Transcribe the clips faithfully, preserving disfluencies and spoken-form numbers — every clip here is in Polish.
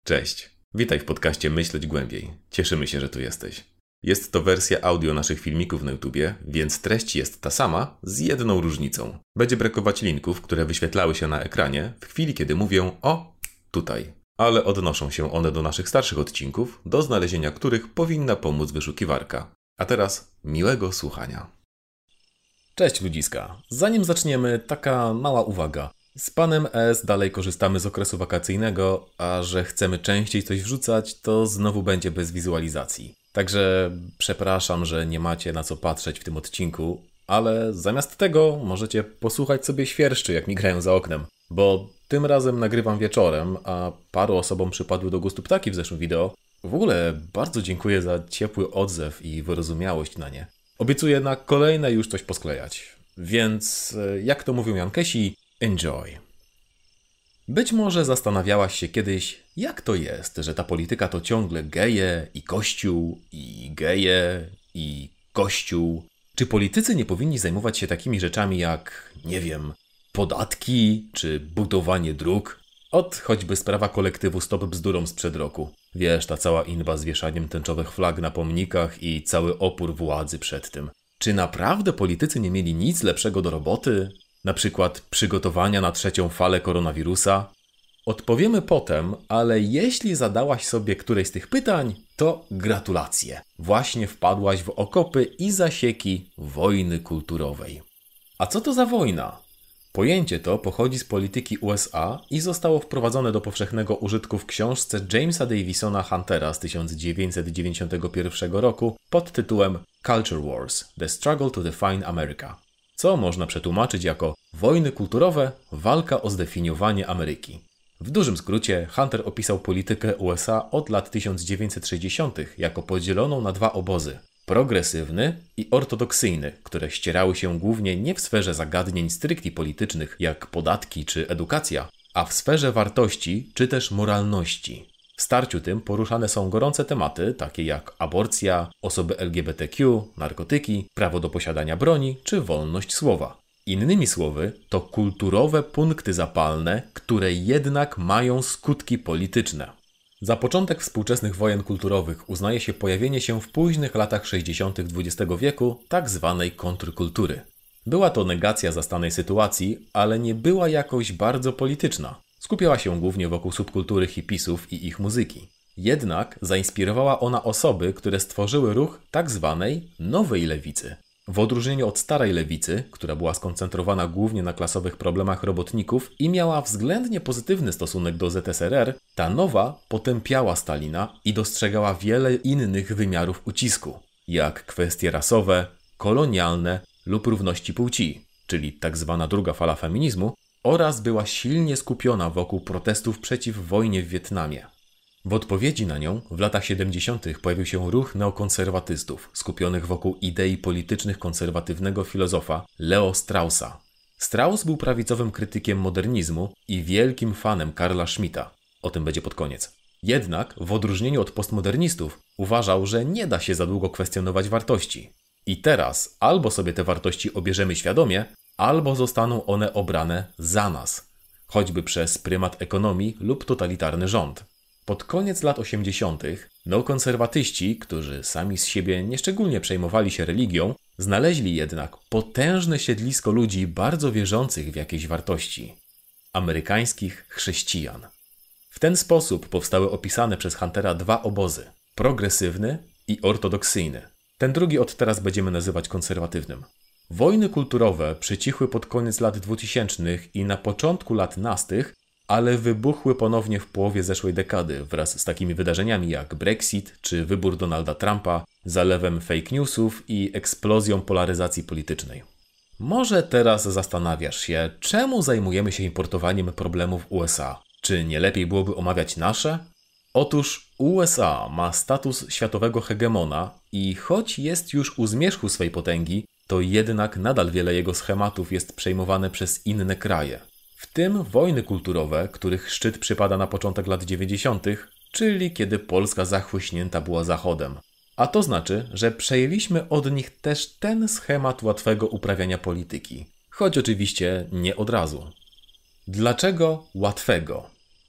Cześć, witaj w podcaście Myśleć Głębiej. Cieszymy się, że tu jesteś. Jest to wersja audio naszych filmików na YouTubie, więc treść jest ta sama, z jedną różnicą. Będzie brakować linków, które wyświetlały się na ekranie w chwili, kiedy mówię o tutaj. Ale odnoszą się one do naszych starszych odcinków, do znalezienia których powinna pomóc wyszukiwarka. A teraz miłego słuchania. Cześć ludziska. Zanim zaczniemy, taka mała uwaga. Z panem S dalej korzystamy z okresu wakacyjnego, a że chcemy częściej coś wrzucać, to znowu będzie bez wizualizacji. Także przepraszam, że nie macie na co patrzeć w tym odcinku, ale zamiast tego możecie posłuchać sobie świerszczy, jak mi grają za oknem. Bo tym razem nagrywam wieczorem, a paru osobom przypadły do gustu ptaki w zeszłym wideo. W ogóle bardzo dziękuję za ciepły odzew i wyrozumiałość na nie. Obiecuję na kolejne już coś posklejać. Więc, jak to mówią Jankesi, enjoy. Być może zastanawiałaś się kiedyś, jak to jest, że ta polityka to ciągle geje i kościół, i geje, i kościół. Czy politycy nie powinni zajmować się takimi rzeczami jak, nie wiem, podatki czy budowanie dróg? Od choćby sprawa kolektywu Stop Bzdurom sprzed roku. Wiesz, ta cała inba z wieszaniem tęczowych flag na pomnikach i cały opór władzy przed tym. Czy naprawdę politycy nie mieli nic lepszego do roboty? Na przykład przygotowania na trzecią falę koronawirusa? Odpowiemy potem, ale jeśli zadałaś sobie któreś z tych pytań, to gratulacje. Właśnie wpadłaś w okopy i zasieki wojny kulturowej. A co to za wojna? Pojęcie to pochodzi z polityki U S A i zostało wprowadzone do powszechnego użytku w książce Jamesa Davisona Huntera z tysiąc dziewięćset dziewięćdziesiątego pierwszego roku pod tytułem Culture Wars – The Struggle to Define America, co można przetłumaczyć jako wojny kulturowe, walka o zdefiniowanie Ameryki. W dużym skrócie Hunter opisał politykę U S A od lat tysiąc dziewięćset sześćdziesiątych jako podzieloną na dwa obozy. Progresywny i ortodoksyjny, które ścierały się głównie nie w sferze zagadnień stricte politycznych jak podatki czy edukacja, a w sferze wartości czy też moralności. W starciu tym poruszane są gorące tematy takie jak aborcja, osoby L G B T Q, narkotyki, prawo do posiadania broni czy wolność słowa. Innymi słowy, to kulturowe punkty zapalne, które jednak mają skutki polityczne. Za początek współczesnych wojen kulturowych uznaje się pojawienie się w późnych latach sześćdziesiątych dwudziestego wieku tak zwanej kontrkultury. Była to negacja zastanej sytuacji, ale nie była jakoś bardzo polityczna. Skupiała się głównie wokół subkultury hipisów i ich muzyki. Jednak zainspirowała ona osoby, które stworzyły ruch tak zwanej nowej lewicy. W odróżnieniu od starej lewicy, która była skoncentrowana głównie na klasowych problemach robotników i miała względnie pozytywny stosunek do Z S R R, ta nowa potępiała Stalina i dostrzegała wiele innych wymiarów ucisku, jak kwestie rasowe, kolonialne lub równości płci, czyli tak zwana druga fala feminizmu, oraz była silnie skupiona wokół protestów przeciw wojnie w Wietnamie. W odpowiedzi na nią w latach siedemdziesiątych pojawił się ruch neokonserwatystów skupionych wokół idei politycznych konserwatywnego filozofa Leo Straussa. Strauss był prawicowym krytykiem modernizmu i wielkim fanem Karla Schmitta. O tym będzie pod koniec. Jednak w odróżnieniu od postmodernistów uważał, że nie da się za długo kwestionować wartości. I teraz albo sobie te wartości obierzemy świadomie, albo zostaną one obrane za nas, choćby przez prymat ekonomii lub totalitarny rząd. Pod koniec lat osiemdziesiątych neokonserwatyści, którzy sami z siebie nieszczególnie przejmowali się religią, znaleźli jednak potężne siedlisko ludzi bardzo wierzących w jakieś wartości. Amerykańskich chrześcijan. W ten sposób powstały opisane przez Huntera dwa obozy. Progresywny i ortodoksyjny. Ten drugi od teraz będziemy nazywać konserwatywnym. Wojny kulturowe przycichły pod koniec lat dwutysięcznych i na początku lat nastych, ale wybuchły ponownie w połowie zeszłej dekady wraz z takimi wydarzeniami jak Brexit czy wybór Donalda Trumpa, zalewem fake newsów i eksplozją polaryzacji politycznej. Może teraz zastanawiasz się, czemu zajmujemy się importowaniem problemów U S A? Czy nie lepiej byłoby omawiać nasze? Otóż U S A ma status światowego hegemona i choć jest już u zmierzchu swej potęgi, to jednak nadal wiele jego schematów jest przejmowane przez inne kraje. W tym wojny kulturowe, których szczyt przypada na początek lat dziewięćdziesiątych, czyli kiedy Polska zachłyśnięta była Zachodem. A to znaczy, że przejęliśmy od nich też ten schemat łatwego uprawiania polityki. Choć oczywiście nie od razu. Dlaczego łatwego?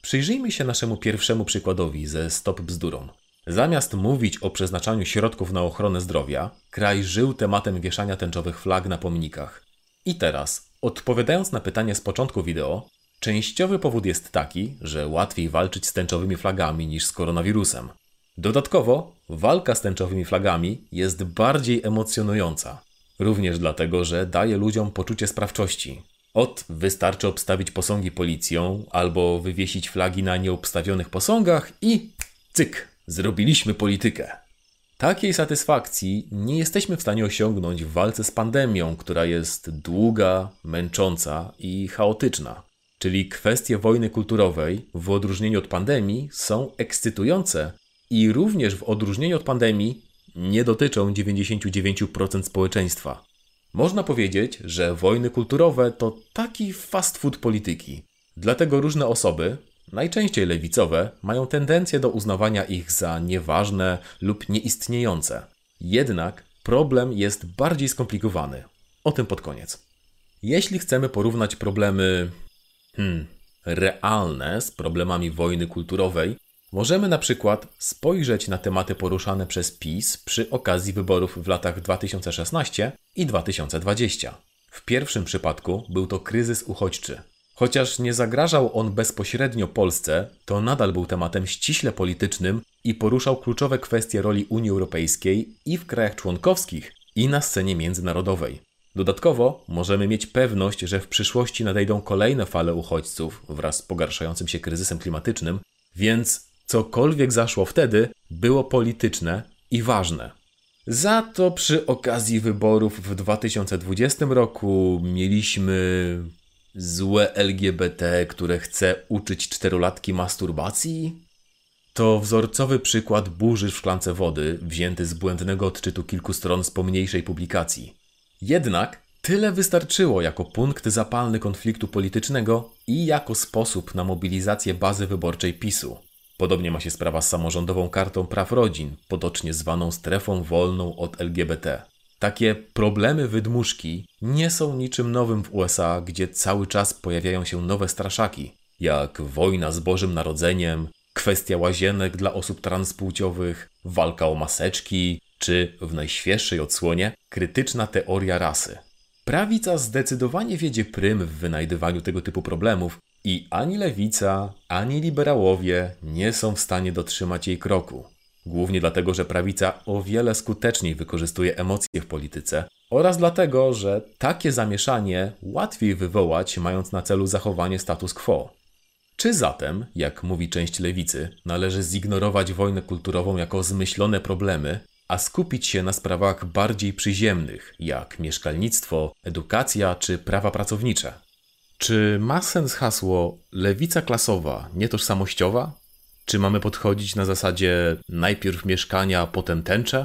Przyjrzyjmy się naszemu pierwszemu przykładowi ze Stop Bzdurą. Zamiast mówić o przeznaczaniu środków na ochronę zdrowia, kraj żył tematem wieszania tęczowych flag na pomnikach. I teraz, odpowiadając na pytanie z początku wideo, częściowy powód jest taki, że łatwiej walczyć z tęczowymi flagami niż z koronawirusem. Dodatkowo, walka z tęczowymi flagami jest bardziej emocjonująca. Również dlatego, że daje ludziom poczucie sprawczości. Ot, wystarczy obstawić posągi policją albo wywiesić flagi na nieobstawionych posągach i cyk, zrobiliśmy politykę. Takiej satysfakcji nie jesteśmy w stanie osiągnąć w walce z pandemią, która jest długa, męcząca i chaotyczna. Czyli kwestie wojny kulturowej w odróżnieniu od pandemii są ekscytujące i również w odróżnieniu od pandemii nie dotyczą dziewięćdziesiąt dziewięć procent społeczeństwa. Można powiedzieć, że wojny kulturowe to taki fast food polityki. Dlatego różne osoby, najczęściej lewicowe, mają tendencję do uznawania ich za nieważne lub nieistniejące. Jednak problem jest bardziej skomplikowany. O tym pod koniec. Jeśli chcemy porównać problemy hmm, realne z problemami wojny kulturowej, możemy na przykład spojrzeć na tematy poruszane przez PiS przy okazji wyborów w latach dwa tysiące szesnastym i dwa tysiące dwudziestym. W pierwszym przypadku był to kryzys uchodźczy. Chociaż nie zagrażał on bezpośrednio Polsce, to nadal był tematem ściśle politycznym i poruszał kluczowe kwestie roli Unii Europejskiej i w krajach członkowskich, i na scenie międzynarodowej. Dodatkowo możemy mieć pewność, że w przyszłości nadejdą kolejne fale uchodźców wraz z pogarszającym się kryzysem klimatycznym, więc cokolwiek zaszło wtedy, było polityczne i ważne. Za to przy okazji wyborów w dwa tysiące dwudziestym roku mieliśmy złe L G B T, które chce uczyć czterolatki masturbacji? To wzorcowy przykład burzy w szklance wody, wzięty z błędnego odczytu kilku stron z pomniejszej publikacji. Jednak tyle wystarczyło jako punkt zapalny konfliktu politycznego i jako sposób na mobilizację bazy wyborczej PiSu. Podobnie ma się sprawa z samorządową kartą praw rodzin, potocznie zwaną strefą wolną od L G B T. Takie problemy wydmuszki nie są niczym nowym w U S A, gdzie cały czas pojawiają się nowe straszaki, jak wojna z Bożym Narodzeniem, kwestia łazienek dla osób transpłciowych, walka o maseczki, czy w najświeższej odsłonie krytyczna teoria rasy. Prawica zdecydowanie wiedzie prym w wynajdywaniu tego typu problemów i ani lewica, ani liberałowie nie są w stanie dotrzymać jej kroku. Głównie dlatego, że prawica o wiele skuteczniej wykorzystuje emocje w polityce oraz dlatego, że takie zamieszanie łatwiej wywołać, mając na celu zachowanie status quo. Czy zatem, jak mówi część lewicy, należy zignorować wojnę kulturową jako zmyślone problemy, a skupić się na sprawach bardziej przyziemnych, jak mieszkalnictwo, edukacja czy prawa pracownicze? Czy ma sens hasło lewica klasowa, nietożsamościowa? Czy mamy podchodzić na zasadzie najpierw mieszkania, potem tęcze?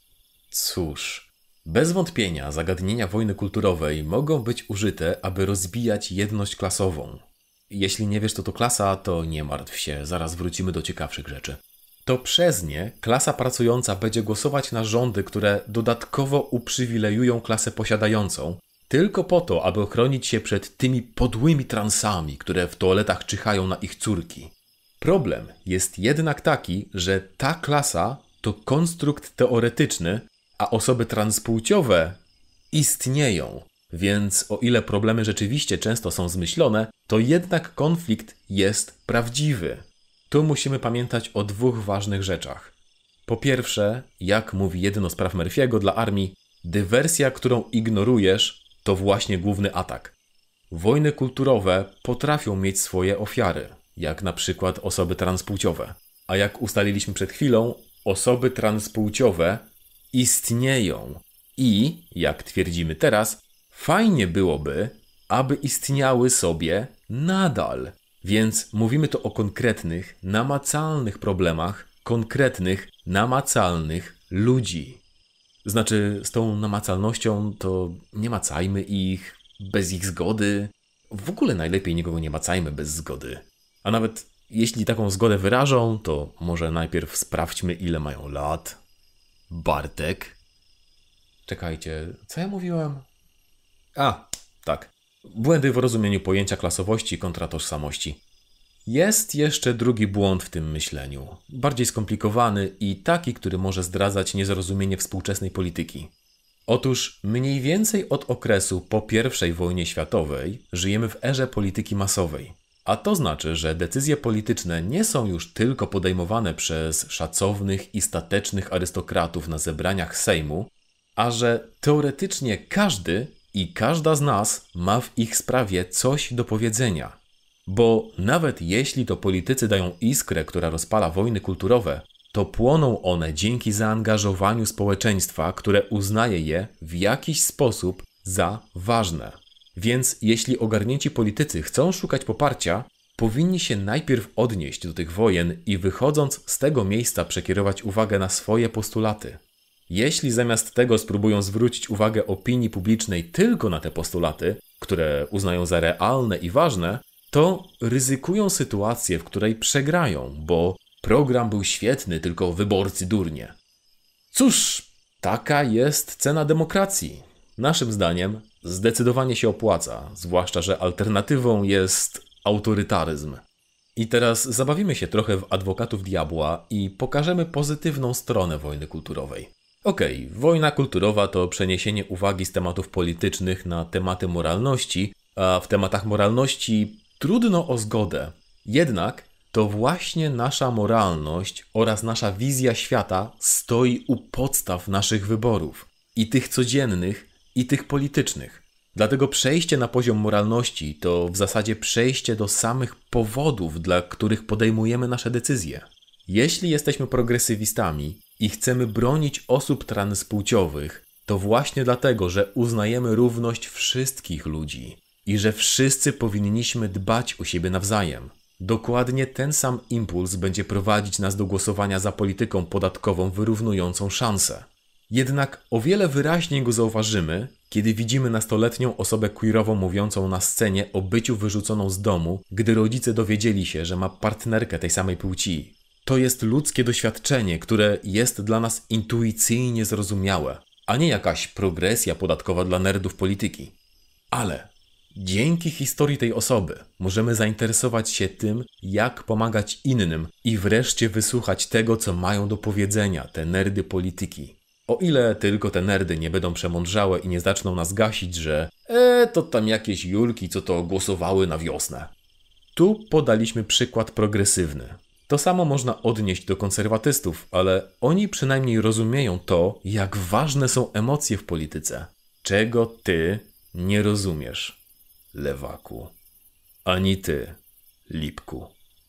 Cóż, bez wątpienia zagadnienia wojny kulturowej mogą być użyte, aby rozbijać jedność klasową. Jeśli nie wiesz, co to klasa, to nie martw się, zaraz wrócimy do ciekawszych rzeczy. To przez nie klasa pracująca będzie głosować na rządy, które dodatkowo uprzywilejują klasę posiadającą, tylko po to, aby ochronić się przed tymi podłymi transami, które w toaletach czyhają na ich córki. Problem jest jednak taki, że ta klasa to konstrukt teoretyczny, a osoby transpłciowe istnieją. Więc o ile problemy rzeczywiście często są zmyślone, to jednak konflikt jest prawdziwy. Tu musimy pamiętać o dwóch ważnych rzeczach. Po pierwsze, jak mówi jedno z praw Murphy'ego dla armii, dywersja, którą ignorujesz, to właśnie główny atak. Wojny kulturowe potrafią mieć swoje ofiary, jak na przykład osoby transpłciowe. A jak ustaliliśmy przed chwilą, osoby transpłciowe istnieją. I, jak twierdzimy teraz, fajnie byłoby, aby istniały sobie nadal. Więc mówimy tu o konkretnych, namacalnych problemach, konkretnych, namacalnych ludzi. Znaczy, z tą namacalnością to nie macajmy ich bez ich zgody. W ogóle najlepiej nikogo nie macajmy bez zgody. A nawet jeśli taką zgodę wyrażą, to może najpierw sprawdźmy, ile mają lat. Bartek. Czekajcie, co ja mówiłem? A, tak. Błędy w rozumieniu pojęcia klasowości kontra tożsamości. Jest jeszcze drugi błąd w tym myśleniu, bardziej skomplikowany i taki, który może zdradzać niezrozumienie współczesnej polityki. Otóż mniej więcej od okresu po pierwszej wojnie światowej żyjemy w erze polityki masowej. A to znaczy, że decyzje polityczne nie są już tylko podejmowane przez szacownych i statecznych arystokratów na zebraniach Sejmu, a że teoretycznie każdy i każda z nas ma w ich sprawie coś do powiedzenia. Bo nawet jeśli to politycy dają iskrę, która rozpala wojny kulturowe, to płoną one dzięki zaangażowaniu społeczeństwa, które uznaje je w jakiś sposób za ważne. Więc jeśli ogarnięci politycy chcą szukać poparcia, powinni się najpierw odnieść do tych wojen i wychodząc z tego miejsca przekierować uwagę na swoje postulaty. Jeśli zamiast tego spróbują zwrócić uwagę opinii publicznej tylko na te postulaty, które uznają za realne i ważne, to ryzykują sytuację, w której przegrają, bo program był świetny, tylko wyborcy durnie. Cóż, taka jest cena demokracji. Naszym zdaniem zdecydowanie się opłaca, zwłaszcza że alternatywą jest autorytaryzm. I teraz zabawimy się trochę w adwokatów diabła i pokażemy pozytywną stronę wojny kulturowej. Okej, okay, wojna kulturowa to przeniesienie uwagi z tematów politycznych na tematy moralności, a w tematach moralności trudno o zgodę. Jednak to właśnie nasza moralność oraz nasza wizja świata stoi u podstaw naszych wyborów. I tych codziennych, i tych politycznych. Dlatego przejście na poziom moralności to w zasadzie przejście do samych powodów, dla których podejmujemy nasze decyzje. Jeśli jesteśmy progresywistami i chcemy bronić osób transpłciowych, to właśnie dlatego, że uznajemy równość wszystkich ludzi i że wszyscy powinniśmy dbać o siebie nawzajem. Dokładnie ten sam impuls będzie prowadzić nas do głosowania za polityką podatkową wyrównującą szanse. Jednak o wiele wyraźniej go zauważymy, kiedy widzimy nastoletnią osobę queerową mówiącą na scenie o byciu wyrzuconą z domu, gdy rodzice dowiedzieli się, że ma partnerkę tej samej płci. To jest ludzkie doświadczenie, które jest dla nas intuicyjnie zrozumiałe, a nie jakaś progresja podatkowa dla nerdów polityki. Ale dzięki historii tej osoby możemy zainteresować się tym, jak pomagać innym i wreszcie wysłuchać tego, co mają do powiedzenia te nerdy polityki. O ile tylko te nerdy nie będą przemądrzałe i nie zaczną nas gasić, że e, to tam jakieś Julki, co to głosowały na wiosnę. Tu podaliśmy przykład progresywny. To samo można odnieść do konserwatystów, ale oni przynajmniej rozumieją to, jak ważne są emocje w polityce. Czego ty nie rozumiesz, lewaku, ani ty, lipku.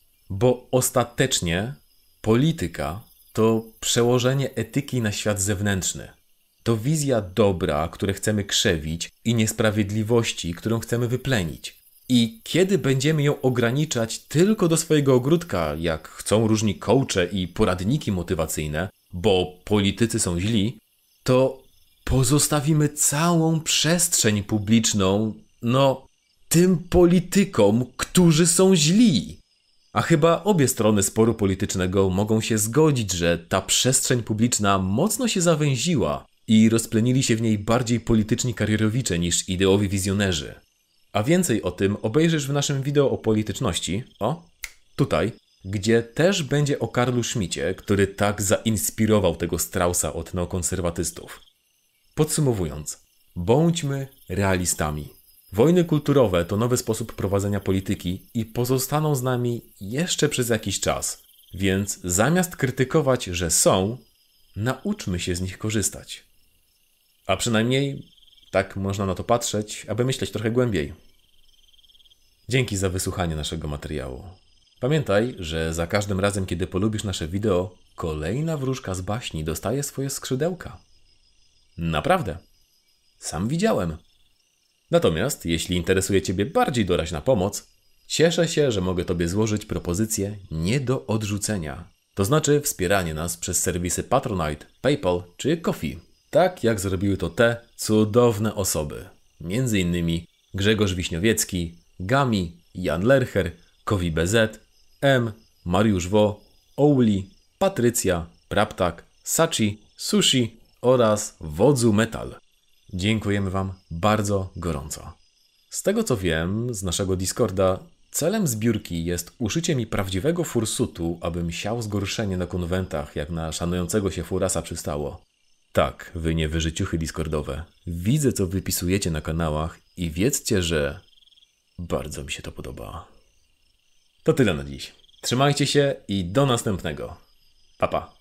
Bo ostatecznie polityka to przełożenie etyki na świat zewnętrzny. To wizja dobra, które chcemy krzewić i niesprawiedliwości, którą chcemy wyplenić. I kiedy będziemy ją ograniczać tylko do swojego ogródka, jak chcą różni coache i poradniki motywacyjne, bo politycy są źli, to pozostawimy całą przestrzeń publiczną, no, tym politykom, którzy są źli. A chyba obie strony sporu politycznego mogą się zgodzić, że ta przestrzeń publiczna mocno się zawęziła i rozplenili się w niej bardziej polityczni karierowicze niż ideowi wizjonerzy. A więcej o tym obejrzysz w naszym wideo o polityczności, o, tutaj, gdzie też będzie o Karlu Schmitcie, który tak zainspirował tego Straussa od neokonserwatystów. Podsumowując, bądźmy realistami. Wojny kulturowe to nowy sposób prowadzenia polityki i pozostaną z nami jeszcze przez jakiś czas. Więc zamiast krytykować, że są, nauczmy się z nich korzystać. A przynajmniej tak można na to patrzeć, aby myśleć trochę głębiej. Dzięki za wysłuchanie naszego materiału. Pamiętaj, że za każdym razem, kiedy polubisz nasze wideo, kolejna wróżka z baśni dostaje swoje skrzydełka. Naprawdę. Sam widziałem. Natomiast, jeśli interesuje Ciebie bardziej doraźna pomoc, cieszę się, że mogę Tobie złożyć propozycję nie do odrzucenia. To znaczy wspieranie nas przez serwisy Patronite, PayPal czy Ko-fi. Tak jak zrobiły to te cudowne osoby. Między innymi Grzegorz Wiśniowiecki, Gami, Jan Lercher, Kowi B Z, M, Mariusz Wo, Ouli, Patrycja, Praptak, Sachi, Sushi oraz Wodzu Metal. Dziękujemy Wam bardzo gorąco. Z tego co wiem z naszego Discorda, Celem zbiórki jest uszycie mi prawdziwego fursutu, abym siał zgorszenie na konwentach, jak na szanującego się furasa przystało. Tak, wy nie wyżyciuchy discordowe. Widzę, co wypisujecie na kanałach i wiedzcie, że bardzo mi się to podoba. To tyle na dziś. Trzymajcie się i do następnego. Pa, pa.